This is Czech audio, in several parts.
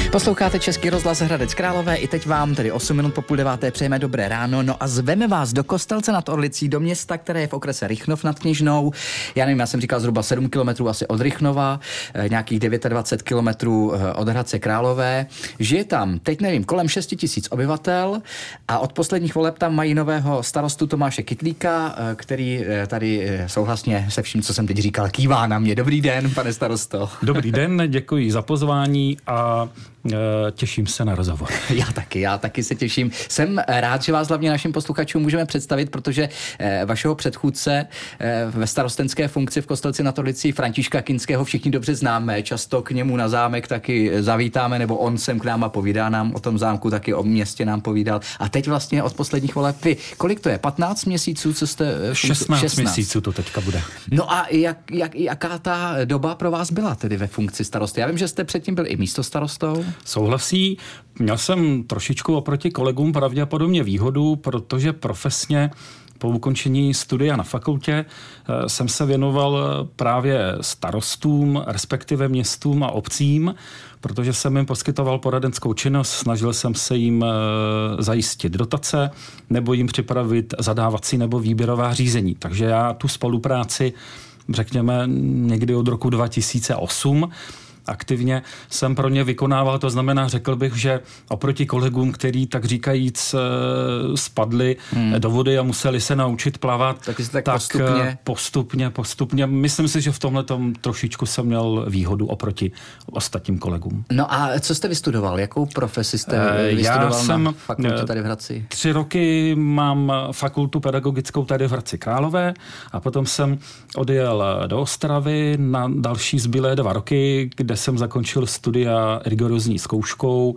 Posloucháte Český rozhlas Hradec Králové, i teď vám tedy 8 minut po 8:30 přejeme dobré ráno, no a zveme vás do Kostelce nad Orlicí, do města, které je v okrese Rychnov nad Kněžnou. Já nevím, já jsem říkal zhruba 7 kilometrů asi od Rychnova, nějakých 29 kilometrů od Hradce Králové. Žije tam, teď nevím, kolem 6 000 obyvatel a od posledních voleb tam mají nového starostu Tomáše Kytlíka, který tady souhlasně se vším, co jsem teď říkal, kývá na mě. Dobrý den, pane starosto. Dobrý den, děkuji za pozvání a těším se na rozhovor. Já taky se těším. Jsem rád, že vás hlavně našim posluchačům můžeme představit, protože vašeho předchůdce ve starostenské funkci v Kostelci nad Orlicí Františka Kinského všichni dobře známe. Často k němu na zámek taky zavítáme, nebo on sem k nám a povídá nám o tom zámku, taky o městě nám povídal. A teď vlastně od posledních voleb vy. Kolik to je? 15 měsíců, co jste... 16 měsíců to teďka bude. No a jaká ta doba pro vás byla tedy ve funkci starosty? Já vím, že jste předtím byl i místostarostou. Souhlasí. Měl jsem trošičku oproti kolegům pravděpodobně výhodu, protože profesně po ukončení studia na fakultě jsem se věnoval právě starostům, respektive městům a obcím, protože jsem jim poskytoval poradenskou činnost, snažil jsem se jim zajistit dotace nebo jim připravit zadávací nebo výběrová řízení. Takže já tu spolupráci, řekněme, někdy od roku 2008 aktivně jsem pro ně vykonával, to znamená, řekl bych, že oproti kolegům, který tak říkajíc spadli do vody a museli se naučit plavat, tak postupně. Myslím si, že v tomhletom trošičku jsem měl výhodu oproti ostatním kolegům. No a co jste vystudoval? Jakou profesi jste vystudoval na fakultě tady v Hradci? 3 roky mám fakultu pedagogickou tady v Hradci Králové a potom jsem odjel do Ostravy na další zbylé 2 roky, kde jsem zakončil studia rigorózní zkouškou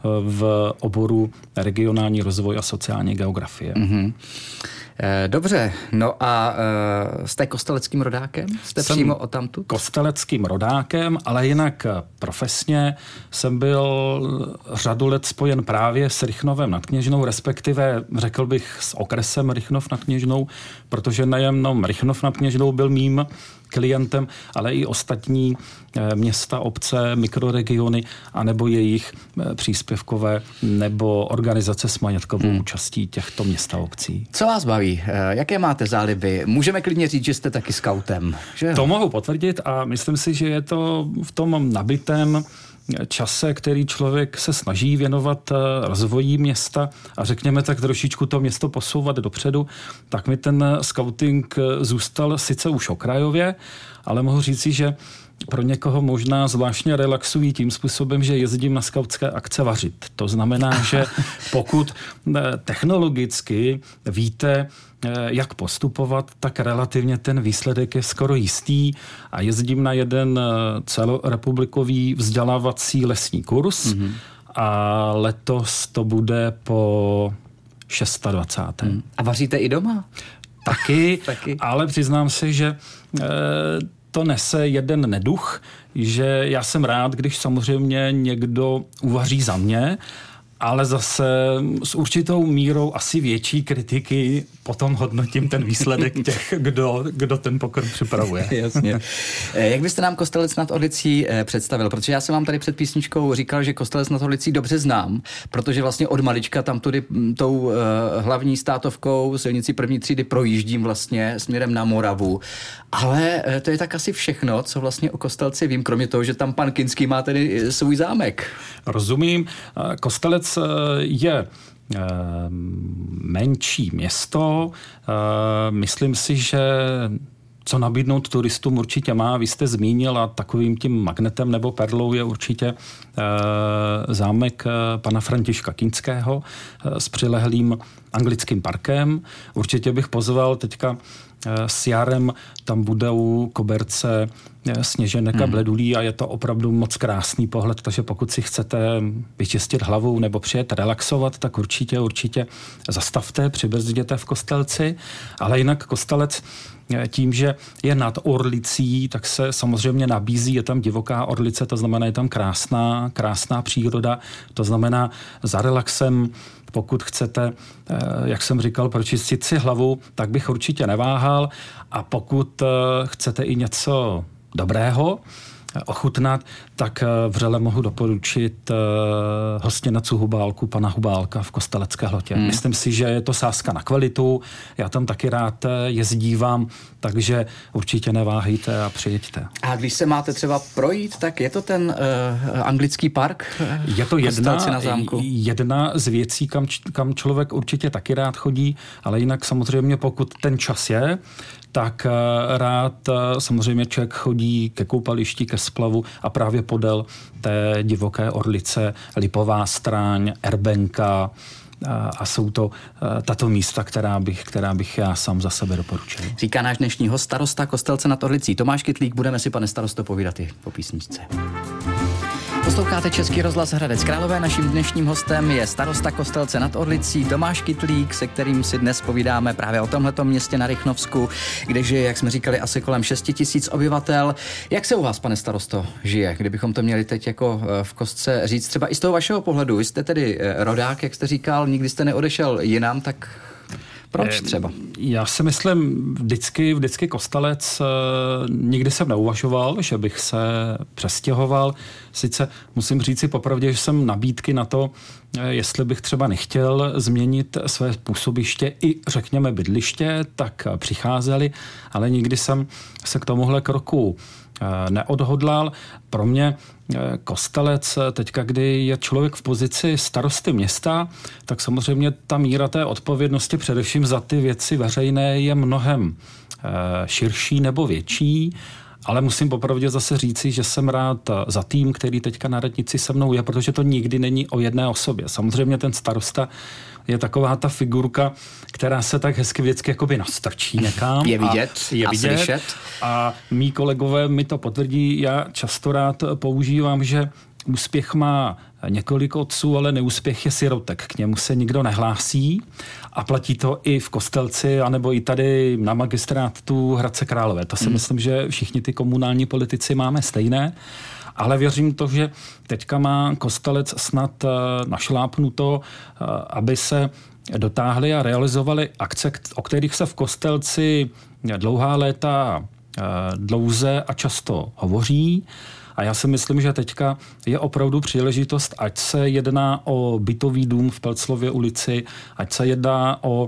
v oboru regionální rozvoj a sociální geografie. Mm-hmm. Dobře, no a jste kosteleckým rodákem? Jste přímo odtamtud? Kosteleckým rodákem, ale jinak profesně jsem byl řadu let spojen právě s Rychnovem nad Kněžnou, respektive řekl bych s okresem Rychnov nad Kněžnou, protože nejenom Rychnov nad Kněžnou byl mým klientem, ale i ostatní města, obce, mikroregiony, anebo jejich příspěvkové nebo organizace s majetkovou účastí těchto měst a obcí. Co vás baví? Jaké máte záliby? Můžeme klidně říct, že jste taky skautem, že? To mohu potvrdit a myslím si, že je to v tom nabitém čase, který člověk se snaží věnovat rozvoji města a řekněme tak trošičku to město posouvat dopředu, tak mi ten skauting zůstal sice už okrajově, ale mohu říci, že pro někoho možná zvláštně relaxují tím způsobem, že jezdím na skautské akce vařit. To znamená, že pokud technologicky víte, jak postupovat, tak relativně ten výsledek je skoro jistý a jezdím na jeden celorepublikový vzdělávací lesní kurz a letos to bude po 26. A vaříte i doma? Taky. Ale přiznám se, že to nese jeden neduch, že já jsem rád, když samozřejmě někdo uvaří za mě, ale zase s určitou mírou asi větší kritiky potom hodnotím ten výsledek těch, kdo ten pokrm připravuje. Jasně. Jak byste nám Kostelec nad Orlicí představil? Protože já jsem vám tady před písničkou říkal, že Kostelec nad Orlicí dobře znám, protože vlastně od malička tam tudy tou hlavní státovkou silnicí 1. třídy projíždím vlastně směrem na Moravu. Ale to je tak asi všechno, co vlastně o Kostelci vím, kromě toho, že tam pan Kinský má tedy svůj zámek. Rozumím. Kostelec je menší město. Myslím si, že co nabídnout turistům určitě má. Vy jste zmínil a takovým tím magnetem nebo perlou je určitě zámek pana Františka Kinského s přilehlým anglickým parkem. Určitě bych pozval teďka s jarem, tam budou koberce sněženek a bledulí a je to opravdu moc krásný pohled, takže pokud si chcete vyčistit hlavu nebo přijet relaxovat, tak určitě zastavte, přibrzděte v Kostelci, ale jinak Kostelec tím, že je nad Orlicí, tak se samozřejmě nabízí, je tam divoká Orlice, to znamená, je tam krásná příroda, to znamená za relaxem, pokud chcete, jak jsem říkal, pročistit si hlavu, tak bych určitě neváhal a pokud chcete i něco dobrého, ochutnat, tak vřele mohu doporučit hostěnacu Hubálku, pana Hubálka v Kostelecké Hlotě. Myslím si, že je to sázka na kvalitu, já tam taky rád jezdívám, takže určitě neváhejte a přijeďte. A když se máte třeba projít, tak je to ten anglický park? Je to jedna z věcí, kam člověk určitě taky rád chodí, ale jinak samozřejmě pokud ten čas je, tak rád samozřejmě člověk chodí ke koupališti, ke splavu a právě podél té divoké Orlice, Lipová Stráň, Erbenka a jsou to tato místa, která bych já sám za sebe doporučil. Říká náš dnešní host, starosta Kostelce nad Orlicí Tomáš Kytlík. Budeme si, pane starosto, povídat i po písničce. Posloucháte Český rozhlas Hradec Králové. Naším dnešním hostem je starosta Kostelce nad Orlicí Tomáš Kytlík, se kterým si dnes povídáme právě o tomhletom městě na Rychnovsku, kde žije, jak jsme říkali, asi kolem 6 000 obyvatel. Jak se u vás, pane starosto, žije? Kdybychom to měli teď jako v kostce říct, třeba i z toho vašeho pohledu. Vy jste tedy rodák, jak jste říkal, nikdy jste neodešel jinam, tak proč třeba? Já si myslím, vždycky Kostelec, nikdy jsem neuvažoval, že bych se přestěhoval. Sice musím říct si popravdě, že jsem nabídky na to, jestli bych třeba nechtěl změnit své působiště i řekněme bydliště, tak přicházeli, ale nikdy jsem se k tomuhle kroku neodhodlal. Pro mě Kostelec, teďka, kdy je člověk v pozici starosty města, tak samozřejmě ta míra té odpovědnosti především za ty věci veřejné je mnohem širší nebo větší, ale musím popravdě zase říci, že jsem rád za tým, který teďka na radnici se mnou je, protože to nikdy není o jedné osobě. Samozřejmě ten starosta je taková ta figurka, která se tak hezky vždycky jakoby nastrčí někam. Je vidět a slyšet. A mý kolegové mi to potvrdí. Já často rád používám, že úspěch má několik otců, ale neúspěch je sirotek. K němu se nikdo nehlásí a platí to i v Kostelci, anebo i tady na magistrátu Hradce Králové. To si myslím, že všichni ty komunální politici máme stejné. Ale věřím to, že teďka má Kostelec snad našlápnuto, aby se dotáhly a realizovaly akce, o kterých se v Kostelci dlouhá léta dlouze a často hovoří. A já si myslím, že teďka je opravdu příležitost, ať se jedná o bytový dům v Pelclově ulici, ať se jedná o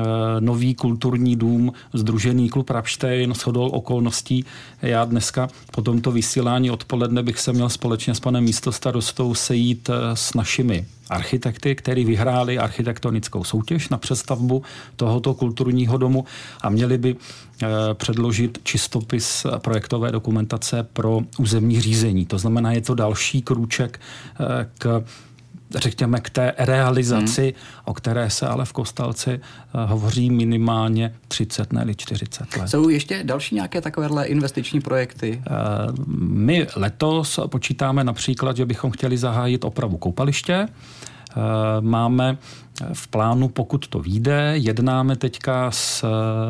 nový kulturní dům, sdružený klub Rapštejn, shodou okolností. Já dneska po tomto vysílání odpoledne bych se měl společně s panem místostarostou sejít s našimi architekty, kteří vyhráli architektonickou soutěž na přestavbu tohoto kulturního domu a měli by předložit čistopis projektové dokumentace pro územní řízení. To znamená, je to další krůček řekněme k té realizaci, o které se ale v Kostelci hovoří minimálně 30 nebo 40 let. Jsou ještě další nějaké takovéhle investiční projekty? My letos počítáme například, že bychom chtěli zahájit opravu koupaliště. Máme v plánu, pokud to vyjde, jednáme teďka s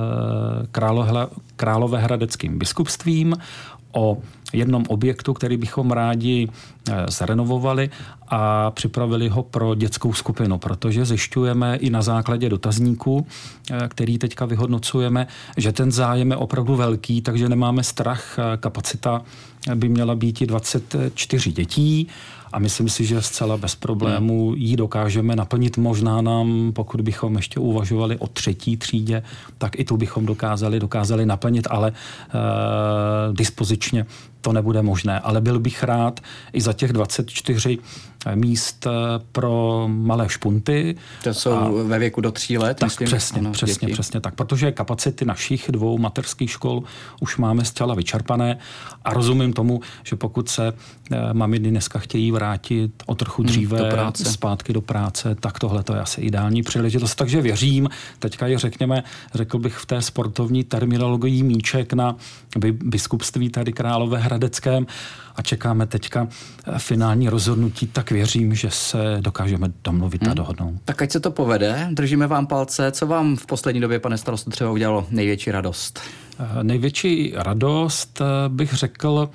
Královéhradeckým biskupstvím o jednom objektu, který bychom rádi zrenovovali a připravili ho pro dětskou skupinu, protože zjišťujeme i na základě dotazníků, který teďka vyhodnocujeme, že ten zájem je opravdu velký, takže nemáme strach. Kapacita by měla být i 24 dětí a myslím si, že zcela bez problémů ji dokážeme naplnit. Možná nám, pokud bychom ještě uvažovali o 3. třídě, tak i tu bychom dokázali naplnit, ale dispozičně to nebude možné. Ale byl bych rád i za těch 24 míst pro malé špunty. To jsou ve věku do 3 let? Tak myslím, přesně tak. Protože kapacity našich 2 mateřských škol už máme zcela vyčerpané a rozumím tomu, že pokud se maminy dneska chtějí vrátit o trochu dříve zpátky do práce, tak tohle to je asi ideální příležitost. Takže věřím, teďka je řekl bych v té sportovní terminologii míček na biskupství tady Královéhradeckém a čekáme teďka finální rozhodnutí, tak věřím, že se dokážeme domluvit a dohodnout. Tak ať se to povede, držíme vám palce. Co vám v poslední době, pane starosto, třeba udělalo největší radost? Největší radost bych řekl,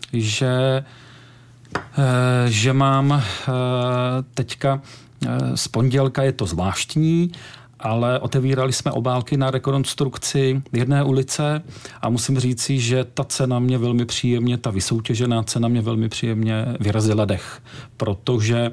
že mám teďka z pondělka, je to zvláštní, ale otevírali jsme obálky na rekonstrukci jedné ulice a musím říci, že ta cena mě velmi příjemně, ta vysoutěžená cena mě velmi příjemně vyrazila dech, protože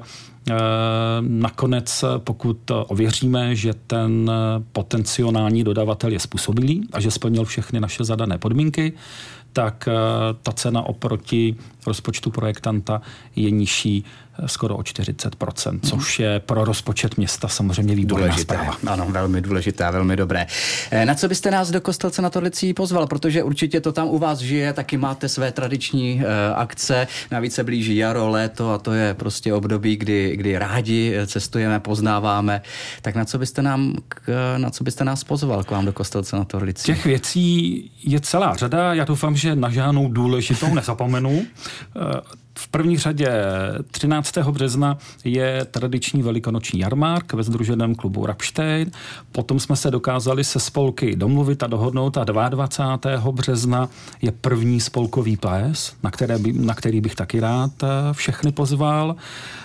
nakonec, pokud ověříme, že ten potenciální dodavatel je způsobilý a že splnil všechny naše zadané podmínky, tak ta cena oproti rozpočtu projektanta je nižší skoro o 40%, což je pro rozpočet města samozřejmě výborná zpráva. Ano, velmi důležité a velmi dobré. Na co byste nás do Kostelce nad Orlicí pozval? Protože určitě to tam u vás žije, taky máte své tradiční akce, navíc se blíží jaro, léto a to je prostě období, kdy rádi cestujeme, poznáváme. Tak na co byste nás pozval k vám do Kostelce nad Orlicí? Těch věcí je celá řada, já doufám, že na žádnou důležitou nezapomenu. V první řadě 13. března je tradiční velikonoční jarmark ve sdruženém klubu Rapštejn. Potom jsme se dokázali se spolky domluvit a dohodnout a 22. března je první spolkový ples, na který bych taky rád všechny pozval.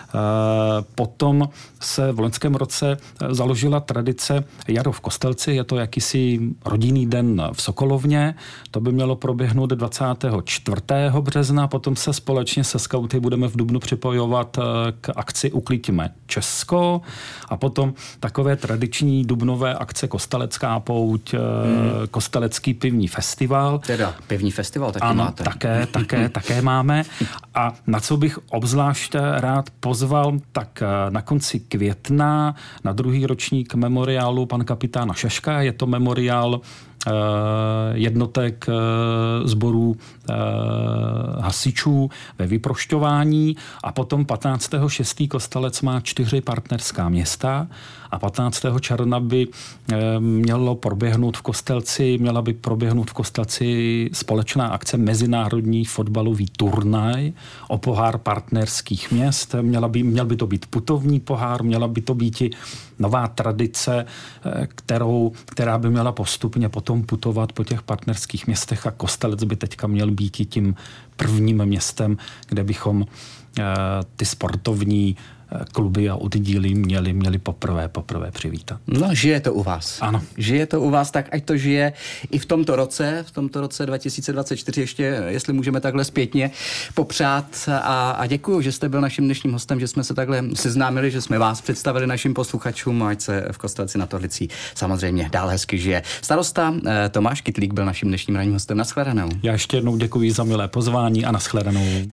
Potom se v loňském roce založila tradice Jaro v Kostelci, je to jakýsi rodinný den v Sokolovně, to by mělo proběhnout 24. března, potom se společně se skauty budeme v dubnu připojovat k akci Ukliďme Česko a potom takové tradiční dubnové akce Kostelecká pouť, Kostelecký pivní festival. Teda pivní festival taky ano, máte. Také máme. A na co bych obzvlášť rád pozval, tak na konci května na druhý ročník memoriálu pan kapitána Šeška, je to memoriál jednotek sborů hasičů ve vyprošťování a potom 15.6. Kostelec má 4 partnerská města a 15. června by měla by proběhnout v Kostelci společná akce Mezinárodní fotbalový turnaj o pohár partnerských měst. Měl by to být putovní pohár, měla by to být i nová tradice, která by měla postupně potom putovat po těch partnerských městech a Kostelec by teďka měl být i tím prvním městem, kde bychom ty sportovní kluby a oddíly měli poprvé přivítat. No, žije to u vás. Ano. Žije to u vás, tak ať to žije i v tomto roce 2024 ještě, jestli můžeme takhle zpětně popřát a děkuju, že jste byl naším dnešním hostem, že jsme se takhle seznámili, že jsme vás představili našim posluchačům, ať se v Kostelci nad Orlicí samozřejmě dál hezky žije. Starosta Tomáš Kytlík byl naším dnešním ranním hostem. Nashledanou. Já ještě jednou děkuji za milé pozvání a nashledanou.